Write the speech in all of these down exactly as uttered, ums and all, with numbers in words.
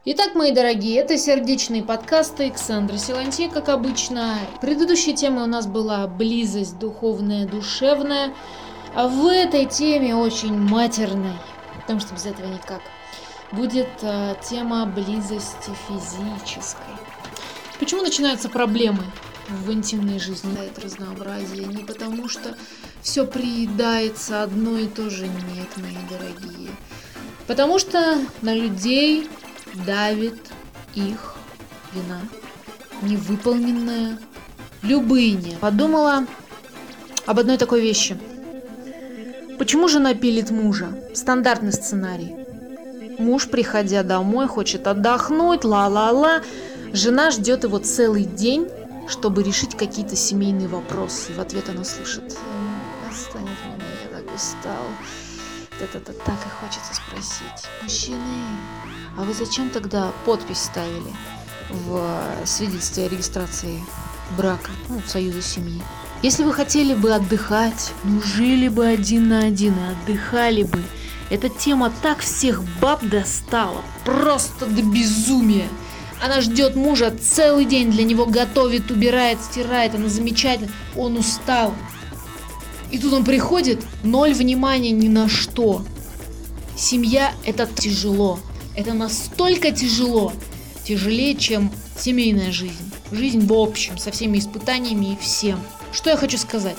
Итак, мои дорогие, это сердечные подкасты Александра Силантье, как обычно. Предыдущей темой у нас была близость духовная, душевная. А в этой теме очень матерной, потому что без этого никак, будет э, тема близости физической. Почему начинаются проблемы в интимной жизни? Это разнообразие не потому, что все приедается одно и то же, нет, мои дорогие. Потому что на людей давит их вина, невыполненная, любые не. Подумала об одной такой вещи. Почему жена пилит мужа? Стандартный сценарий. Муж, приходя домой, хочет отдохнуть, ла-ла-ла. Жена ждет его целый день, чтобы решить какие-то семейные вопросы. И в ответ она слышит: «Отстань от меня, я так устал». Это-то так и хочется спросить: мужчины, а вы зачем тогда подпись ставили в свидетельстве о регистрации брака, ну, союза семьи? Если вы хотели бы отдыхать, ну жили бы один на один и отдыхали бы. Эта тема так всех баб достала, просто до безумия. Она ждет мужа целый день, для него готовит, убирает, стирает, она замечательна, он устал. И тут он приходит, ноль внимания ни на что. Семья – это тяжело. Это настолько тяжело. Тяжелее, чем семейная жизнь. Жизнь в общем, со всеми испытаниями и всем. Что я хочу сказать?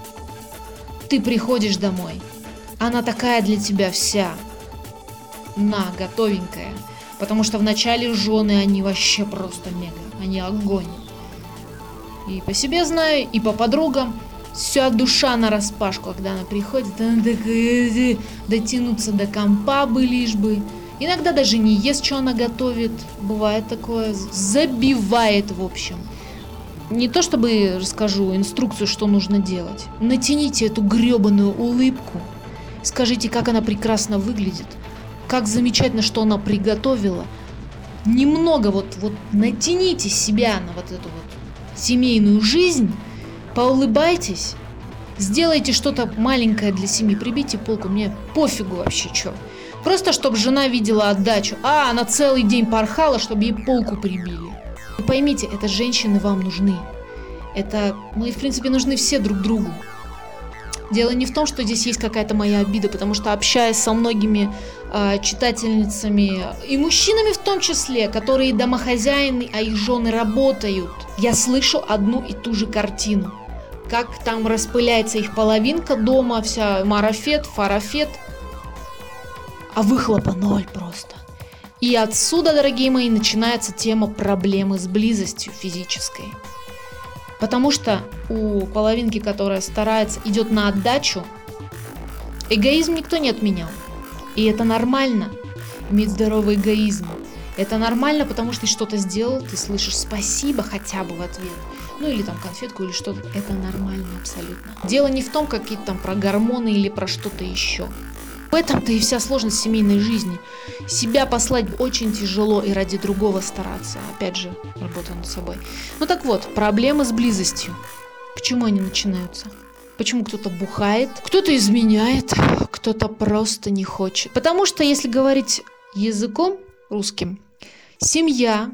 Ты приходишь домой. Она такая для тебя вся. На, готовенькая. Потому что в начале жены они вообще просто мега. Они огонь. И по себе знаю, и по подругам. Вся душа нараспашку, когда она приходит, она такая, дотянуться до компа бы лишь бы. Иногда даже не ест, что она готовит. Бывает такое. Забивает, в общем. Не то чтобы расскажу инструкцию, что нужно делать. Натяните эту гребаную улыбку. Скажите, как она прекрасно выглядит. Как замечательно, что она приготовила. Немного вот, вот натяните себя на вот эту вот семейную жизнь. Поулыбайтесь, сделайте что-то маленькое для семьи, прибейте полку, мне пофигу вообще что. Просто чтобы жена видела отдачу, а она целый день порхала, чтобы ей полку прибили. И поймите, это женщины вам нужны. Это мы, в принципе, нужны все друг другу. Дело не в том, что здесь есть какая-то моя обида, потому что, общаясь со многими э, читательницами и мужчинами в том числе, которые домохозяины, а их жены работают, я слышу одну и ту же картину. Как там распыляется их половинка дома, вся марафет, фарафет, а выхлопа ноль просто. И отсюда, дорогие мои, начинается тема проблемы с близостью физической. Потому что у половинки, которая старается, идет на отдачу, эгоизм никто не отменял. И это нормально, иметь здоровый эгоизм. Это нормально, потому что ты что-то сделал, ты слышишь спасибо хотя бы в ответ. Ну или там конфетку или что-то. Это нормально абсолютно. Дело не в том, какие-то там про гормоны или про что-то еще. В этом-то и вся сложность семейной жизни. Себя послать очень тяжело и ради другого стараться. Опять же, работа над собой. Ну так вот, проблемы с близостью. Почему они начинаются? Почему кто-то бухает, кто-то изменяет, кто-то просто не хочет? Потому что, если говорить языком русским, семья,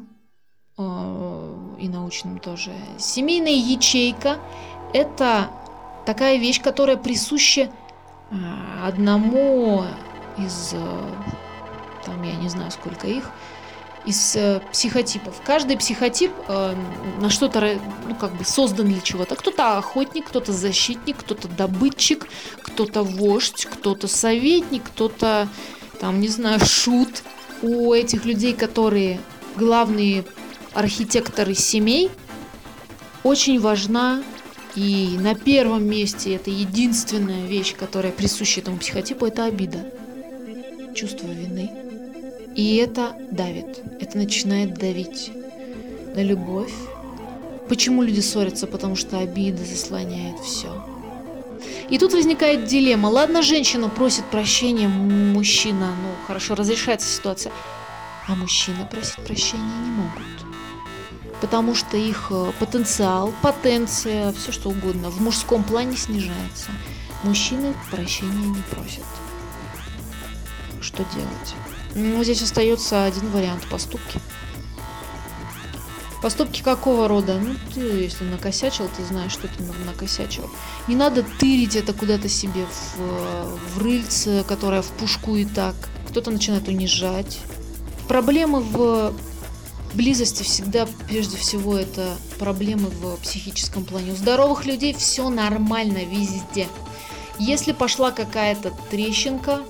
э, и научным тоже, семейная ячейка – это такая вещь, которая присуща э, одному из, э, там я не знаю сколько их, из э, психотипов. Каждый психотип э, на что-то, ну, как бы создан для чего-то. Кто-то охотник, кто-то защитник, кто-то добытчик, кто-то вождь, кто-то советник, кто-то, там, не знаю, шут. У этих людей, которые главные архитекторы семей, очень важна и на первом месте это единственная вещь, которая присуща этому психотипу, это обида, чувство вины. И это давит, это начинает давить на любовь. Почему люди ссорятся? Потому что обида заслоняет все. И тут возникает дилемма. Ладно, женщина просит прощения, мужчина, ну хорошо, разрешается ситуация, а мужчины просить прощения не могут. Потому что их потенциал, потенция, все что угодно в мужском плане снижается. Мужчины прощения не просят. Что делать? Ну, здесь остается один вариант — поступки. Поступки какого рода? Ну, ты, если накосячил, ты знаешь, что ты накосячил. Не надо тырить это куда-то себе в, в рыльце, которое в пушку и так. Кто-то начинает унижать. Проблемы в близости всегда, прежде всего, это проблемы в психическом плане. У здоровых людей все нормально везде. Если пошла какая-то трещинка,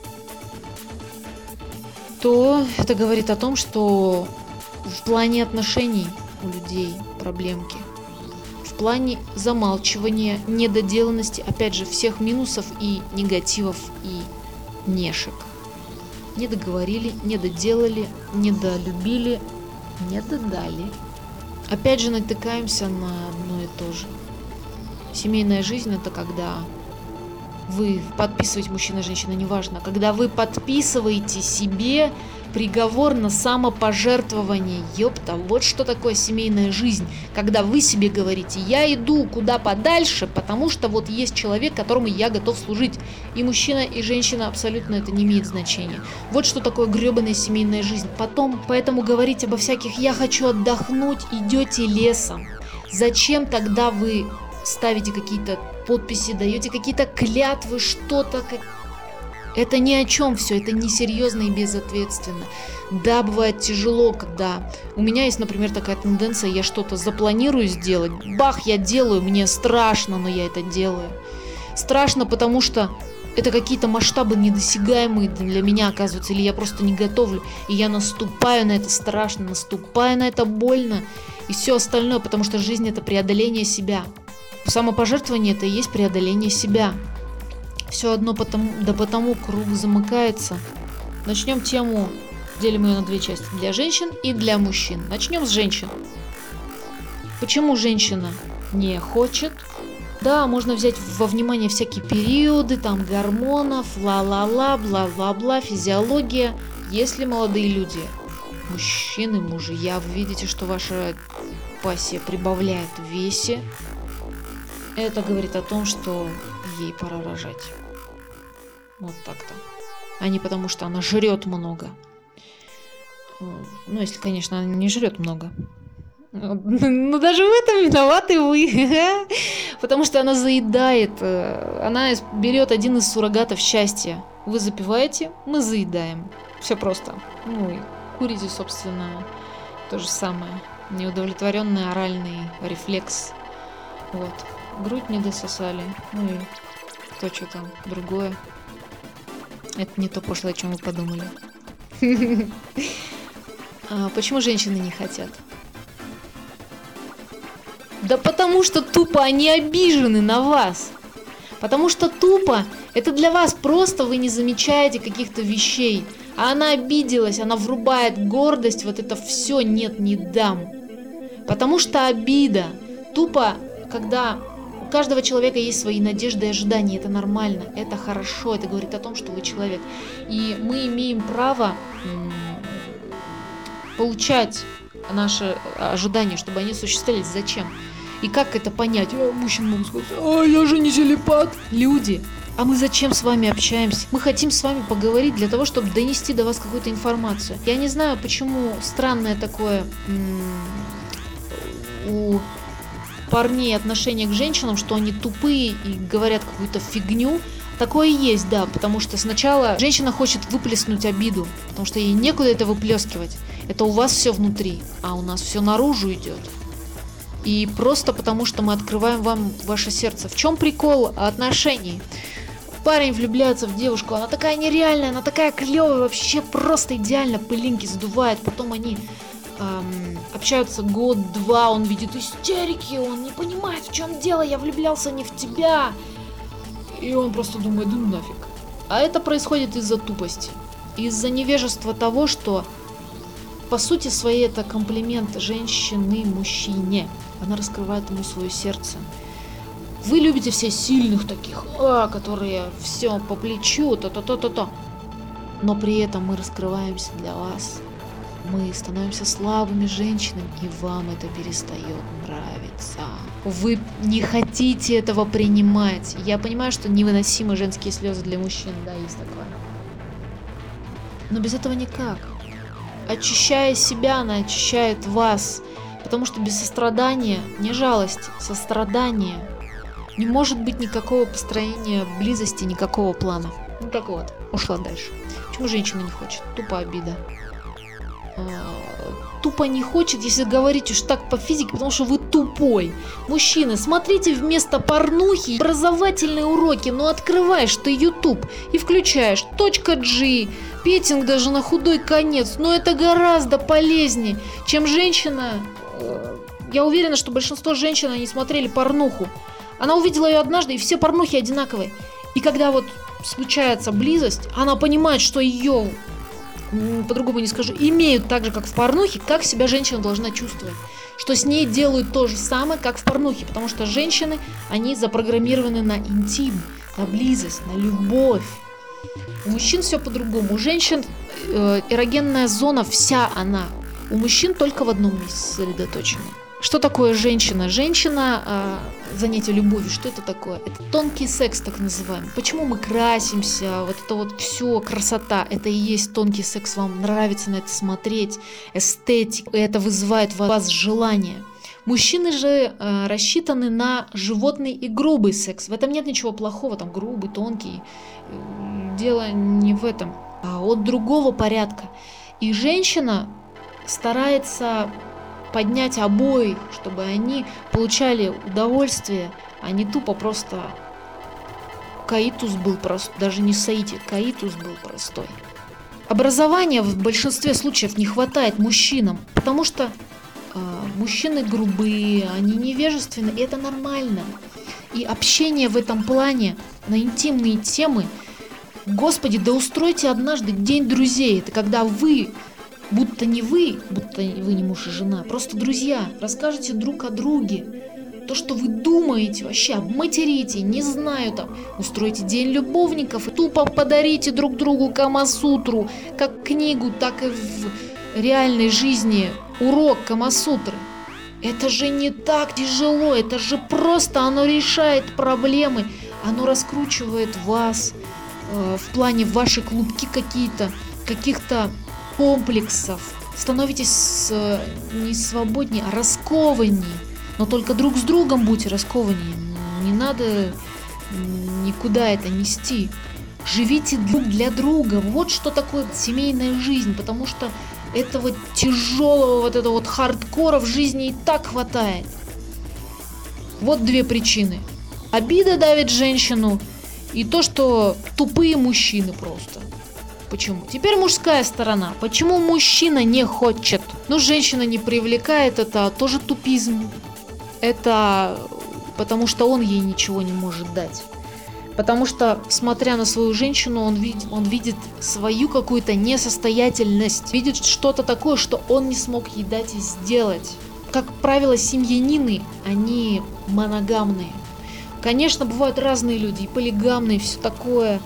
то это говорит о том, что в плане отношений у людей проблемки. В плане замалчивания, недоделанности, опять же, всех минусов и негативов и нешек. Не договорили, не доделали, не долюбили, не додали. Опять же натыкаемся на одно и то же. Семейная жизнь — это когда вы подписываете, мужчина, женщина, неважно, когда вы подписываете себе приговор на самопожертвование. Ёпта, вот что такое семейная жизнь. Когда вы себе говорите: я иду куда подальше, потому что вот есть человек, которому я готов служить. И мужчина, и женщина, абсолютно это не имеет значения. Вот что такое гребаная семейная жизнь. Потом, поэтому говорить обо всяких «я хочу отдохнуть» идете лесом. Зачем тогда вы ставите какие-то подписи, даете какие-то клятвы, что-то, как... Это ни о чем все, это несерьезно и безответственно. Да, бывает тяжело, когда у меня есть, например, такая тенденция: я что-то запланирую сделать, бах, я делаю, мне страшно, но я это делаю. Страшно, потому что это какие-то масштабы недосягаемые для меня оказываются, или я просто не готовлю, и я наступаю на это страшно, наступаю на это больно, и все остальное, потому что жизнь — это преодоление себя. Самопожертвование — это и есть преодоление себя. Все одно потому, да потому круг замыкается. Начнем тему, делим ее на две части: для женщин и для мужчин. Начнем с женщин. Почему женщина не хочет? Да, можно взять во внимание всякие периоды, там гормонов, ла-ла-ла, бла-бла-бла, физиология. Если молодые люди, мужчины, мужья, вы видите, что ваша пассия прибавляет в весе, это говорит о том, что ей пора рожать. Вот так-то. А не потому, что она жрет много. Ну, если, конечно, она не жрет много. Ну, даже в этом виноваты вы. Потому что она заедает. Она берет один из суррогатов счастья. Вы запиваете, мы заедаем. Все просто. Ну, и курите, собственно, то же самое. Неудовлетворенный оральный рефлекс. Вот. Грудь не дососали. Ну и то, что там другое. Это не то пошлое, о чем вы подумали. А почему женщины не хотят? Да потому что тупо они обижены на вас. Потому что тупо это для вас просто вы не замечаете каких-то вещей. А она обиделась, она врубает гордость, вот это все нет, не дам. Потому что обида. Тупо, когда... У каждого человека есть свои надежды и ожидания, это нормально, это хорошо, это говорит о том, что вы человек. И мы имеем право получать наши ожидания, чтобы они осуществлялись. Зачем? И как это понять? А, мужчина могут сказать: а я же не телепат. Люди, а мы зачем с вами общаемся? Мы хотим с вами поговорить для того, чтобы донести до вас какую-то информацию. Я не знаю, почему странное такое у парней отношение к женщинам, что они тупые и говорят какую-то фигню. Такое есть, да, потому что сначала женщина хочет выплеснуть обиду, потому что ей некуда это выплескивать. Это у вас все внутри, а у нас все наружу идет. И просто потому, что мы открываем вам ваше сердце. В чем прикол отношений? Парень влюбляется в девушку, она такая нереальная, она такая клевая, вообще просто идеально, пылинки сдувает, потом они... общаются год-два, он видит истерики, он не понимает, в чем дело, я влюблялся не в тебя. И он просто думает: да ну нафиг. А это происходит из-за тупости, из-за невежества того, что по сути своей это комплимент женщины мужчине. Она раскрывает ему свое сердце. Вы любите все сильных таких, а, которые все по плечу, то-то-то-то-то. Но при этом мы раскрываемся для вас. Мы становимся слабыми женщинами, и вам это перестает нравиться. Вы не хотите этого принимать. Я понимаю, что невыносимы женские слезы для мужчин, да, есть такое. Но без этого никак. Очищая себя, она очищает вас. Потому что без сострадания, не жалости, сострадания, не может быть никакого построения близости, никакого плана. Ну так вот, ушла дальше. Почему женщина не хочет? Тупо обида. Тупо не хочет, если говорить уж так по физике, потому что вы тупой. Мужчины, смотрите вместо порнухи образовательные уроки, но открываешь ты YouTube и включаешь точка джи, петинг даже на худой конец, но это гораздо полезнее, чем женщина. Я уверена, что большинство женщин, они смотрели порнуху. Она увидела ее однажды, и все порнухи одинаковые. И когда вот случается близость, она понимает, что ее, по-другому не скажу, имеют так же, как в порнухе, как себя женщина должна чувствовать. Что с ней делают то же самое, как в порнухе. Потому что женщины, они запрограммированы на интим, на близость, на любовь. У мужчин все по-другому. У женщин э, эрогенная зона вся она. У мужчин только в одном месте сосредоточена. Что такое женщина? Женщина, э, занятие любовью, что это такое? Это тонкий секс, так называемый. Почему мы красимся? Вот это вот все, красота, это и есть тонкий секс. Вам нравится на это смотреть, эстетика, это вызывает в вас желание. Мужчины же э, рассчитаны на животный и грубый секс. В этом нет ничего плохого, там грубый, тонкий. Дело не в этом, а от другого порядка. И женщина старается поднять обоих, чтобы они получали удовольствие, а не тупо просто каитус был простой, даже не саити, каитус был простой. Образования в большинстве случаев не хватает мужчинам, потому что э, мужчины грубые, они невежественны, и это нормально. И общение в этом плане на интимные темы, Господи, да устройте однажды день друзей, это когда вы, будто не вы, будто вы не муж и жена, просто друзья, расскажете друг о друге, то, что вы думаете, вообще обматерите, не знаю, там, устройте день любовников и тупо подарите друг другу Камасутру, как книгу, так и в реальной жизни урок Камасутры. Это же не так тяжело, это же просто оно решает проблемы, оно раскручивает вас э, в плане ваши клубки какие-то, каких-то комплексов, становитесь э, не свободнее, а раскованнее. Но только друг с другом будьте раскованнее. Не надо никуда это нести. Живите друг для друга. Вот что такое семейная жизнь. Потому что этого тяжелого, вот этого вот хардкора в жизни и так хватает. Вот две причины. Обида давит женщину и то, что тупые мужчины просто. Почему? Теперь мужская сторона. Почему мужчина не хочет? Ну, женщина не привлекает, это тоже тупизм. Это потому что он ей ничего не может дать. Потому что, смотря на свою женщину, он видит, он видит свою какую-то несостоятельность. Видит что-то такое, что он не смог ей дать и сделать. Как правило, семьянины, они моногамные. Конечно, бывают разные люди, и полигамные, и все такое.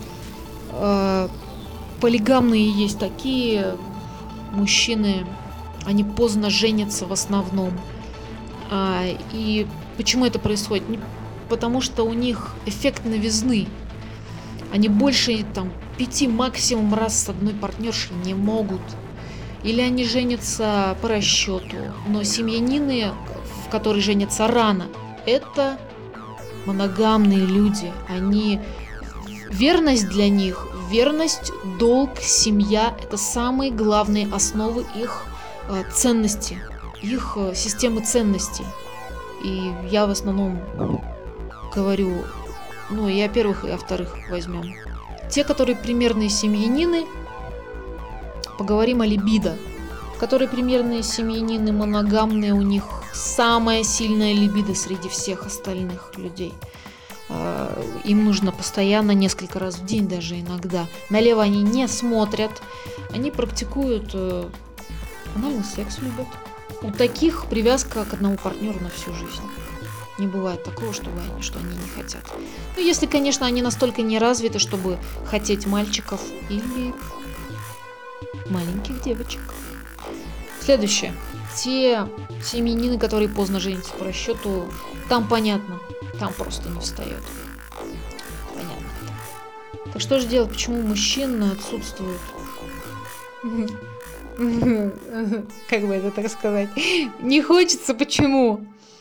Полигамные есть такие мужчины, они поздно женятся в основном. А, и почему это происходит? Не потому что у них эффект новизны. Они больше там пяти максимум раз с одной партнершей не могут. Или они женятся по расчету. Но семьянины, в которые женятся рано, это моногамные люди. Они верность для них. Верность, долг, семья – это самые главные основы их э, ценности, их э, системы ценностей. И я в основном говорю, ну и о первых, и о вторых возьмем. Те, которые примерные семьянины, поговорим о либидо. Которые примерные семьянины, моногамные, у них самая сильная либидо среди всех остальных людей. Им нужно постоянно, несколько раз в день даже иногда. Налево они не смотрят. Они практикуют э, анальный секс, любят. У таких привязка к одному партнеру на всю жизнь. Не бывает такого, чтобы они, что они не хотят. Ну, если, конечно, они настолько не развиты, чтобы хотеть мальчиков или маленьких девочек. Следующее. Те семьянины, которые поздно женятся по расчету, там понятно. Там просто не встает. Понятно. Так что же делать? Почему мужчины отсутствуют? Как бы это так сказать? Не хочется, почему?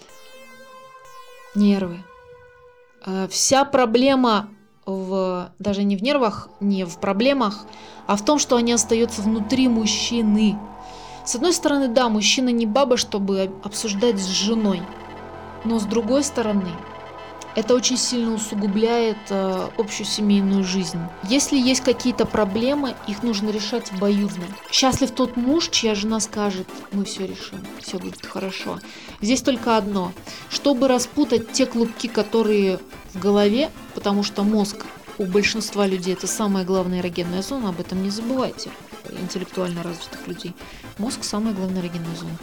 Нервы. Вся проблема в, даже не в нервах, не в проблемах, а в том, что они остаются внутри мужчины. С одной стороны, да, мужчина не баба, чтобы обсуждать с женой. Но с другой стороны, это очень сильно усугубляет э, общую семейную жизнь. Если есть какие-то проблемы, их нужно решать обоюдно. Счастлив тот муж, чья жена скажет: мы все решим, все будет хорошо. Здесь только одно. Чтобы распутать те клубки, которые в голове, потому что мозг у большинства людей это самая главная эрогенная зона, об этом не забывайте, интеллектуально развитых людей. Мозг самая главная эрогенная зона.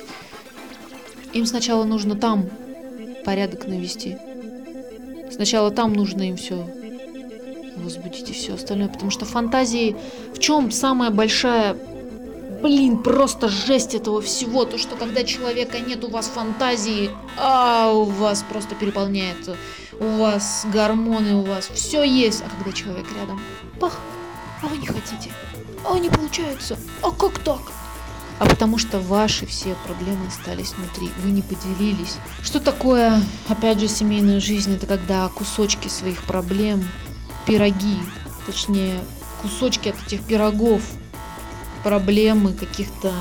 Им сначала нужно там порядок навести. Сначала там нужно им все возбудить и все остальное, потому что фантазии, в чем самая большая, блин, просто жесть этого всего, то, что когда человека нет, у вас фантазии, а у вас просто переполняет, у вас гормоны, у вас все есть, а когда человек рядом, пах, а вы не хотите, а не получается, а как так? А потому что ваши все проблемы остались внутри, вы не поделились. Что такое, опять же, семейная жизнь? Это когда кусочки своих проблем, пироги, точнее, кусочки от этих пирогов, проблемы, каких-то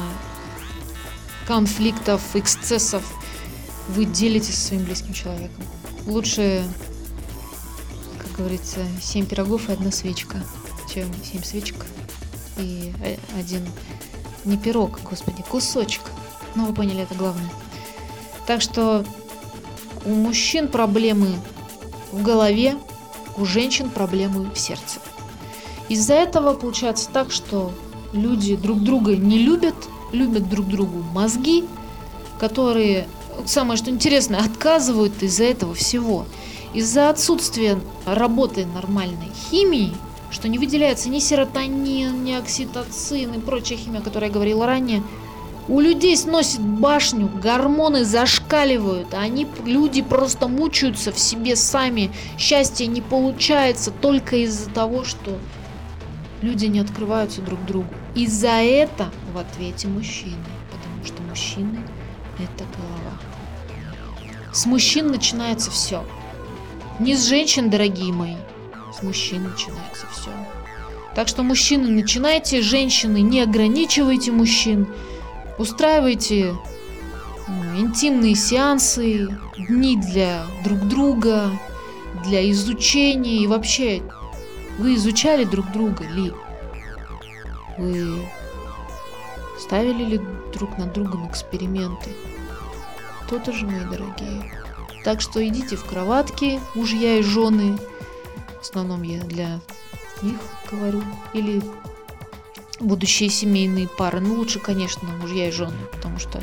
конфликтов, эксцессов вы делите со своим близким человеком. Лучше, как говорится, семь пирогов и одна свечка, чем семь свечек и один... Не пирог, господи, кусочек. Ну, вы поняли, это главное. Так что у мужчин проблемы в голове, у женщин проблемы в сердце. Из-за этого получается так, что люди друг друга не любят, любят друг другу мозги, которые, самое что интересно, отказывают из-за этого всего. Из-за отсутствия работы нормальной химии, что не выделяется ни серотонин, ни окситоцин и прочая химия, о которой я говорила ранее, у людей сносит башню, гормоны зашкаливают, а они, люди просто мучаются в себе сами, счастье не получается только из-за того, что люди не открываются друг другу. И за это в ответе мужчины, потому что мужчины – это голова. С мужчин начинается все. Не с женщин, дорогие мои. С мужчин начинается все. Так что, мужчины, начинайте, женщины, не ограничивайте мужчин, устраивайте ну, интимные сеансы, дни для друг друга, для изучения. И вообще, вы изучали друг друга ли? Вы ставили ли друг над другом эксперименты? То-то же, мои дорогие. Так что идите в кроватки, мужья и жены. В основном я для них говорю. Или будущие семейные пары. Ну, лучше, конечно, мужья и жены. Потому что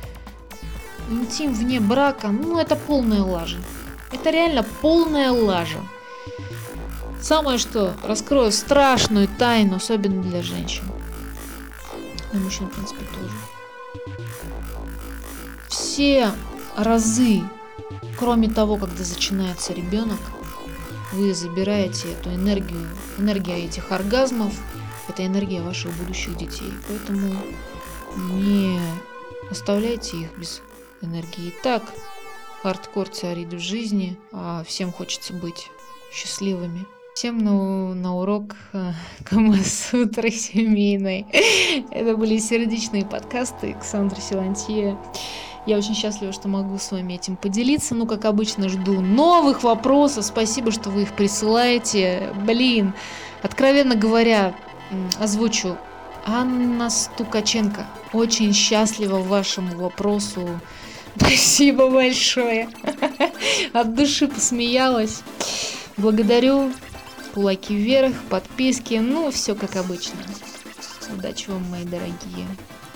интим вне брака, ну, это полная лажа. Это реально полная лажа. Самое что, раскрою страшную тайну, особенно для женщин. И мужчин, в принципе, тоже. Все разы, кроме того, когда начинается ребенок, вы забираете эту энергию, энергия этих оргазмов, это энергия ваших будущих детей. Поэтому не оставляйте их без энергии. Итак, хардкор царит в жизни, а всем хочется быть счастливыми. Всем на, на урок Камасутры семейной. Это были сердечные подкасты Александра Силантье. Я очень счастлива, что могу с вами этим поделиться. Ну, как обычно, жду новых вопросов. Спасибо, что вы их присылаете. Блин, откровенно говоря, озвучу. Анна Стукаченко. Очень счастлива вашему вопросу. Спасибо большое. От души посмеялась. Благодарю. Кулаки вверх, подписки. Ну, все как обычно. Удачи вам, мои дорогие.